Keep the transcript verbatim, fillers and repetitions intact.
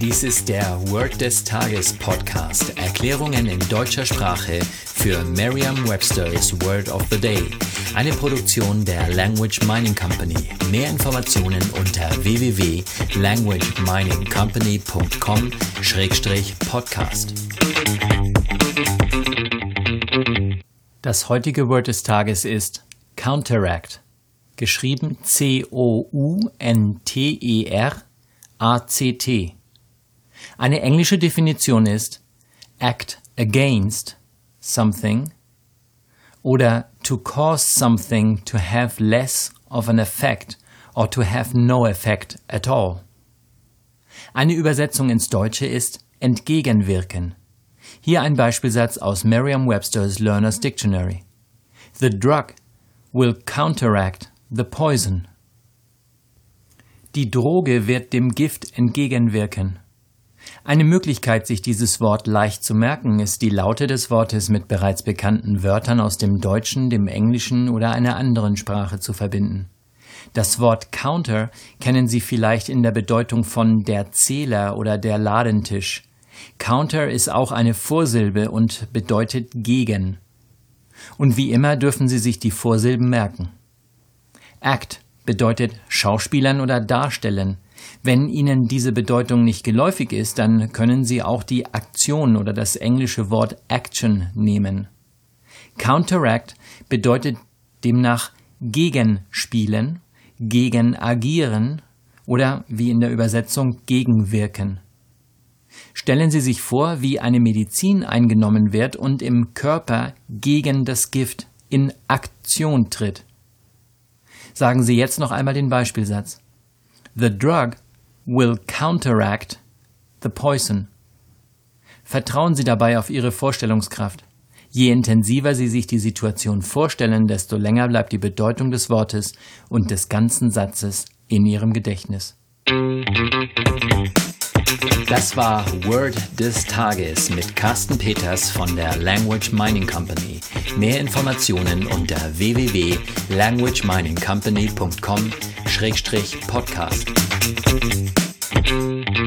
Dies ist der Word des Tages Podcast. Erklärungen in deutscher Sprache für Merriam-Webster's Word of the Day. Eine Produktion der Language Mining Company. Mehr Informationen unter w w w punkt language mining company punkt com Schrägstrich Podcast. Das heutige Word des Tages ist Counteract. Geschrieben C O U N T E R A C T. Eine englische Definition ist act against something oder to cause something to have less of an effect or to have no effect at all. Eine Übersetzung ins Deutsche ist entgegenwirken. Hier ein Beispielsatz aus Merriam-Webster's Learner's Dictionary. The drug will counteract the poison. Die Droge wird dem Gift entgegenwirken. Eine Möglichkeit, sich dieses Wort leicht zu merken, ist die Laute des Wortes mit bereits bekannten Wörtern aus dem Deutschen, dem Englischen oder einer anderen Sprache zu verbinden. Das Wort Counter kennen Sie vielleicht in der Bedeutung von der Zähler oder der Ladentisch. Counter ist auch eine Vorsilbe und bedeutet gegen. Und wie immer dürfen Sie sich die Vorsilben merken. Act bedeutet schauspielern oder darstellen. Wenn Ihnen diese Bedeutung nicht geläufig ist, dann können Sie auch die Aktion oder das englische Wort Action nehmen. Counteract bedeutet demnach gegenspielen, gegen agieren oder wie in der Übersetzung gegenwirken. Stellen Sie sich vor, wie eine Medizin eingenommen wird und im Körper gegen das Gift in Aktion tritt. Sagen Sie jetzt noch einmal den Beispielsatz. The drug will counteract the poison. Vertrauen Sie dabei auf Ihre Vorstellungskraft. Je intensiver Sie sich die Situation vorstellen, desto länger bleibt die Bedeutung des Wortes und des ganzen Satzes in Ihrem Gedächtnis. Das war Word des Tages mit Carsten Peters von der Language Mining Company. Mehr Informationen unter w w w punkt language mining company punkt com Schrägstrich Podcast.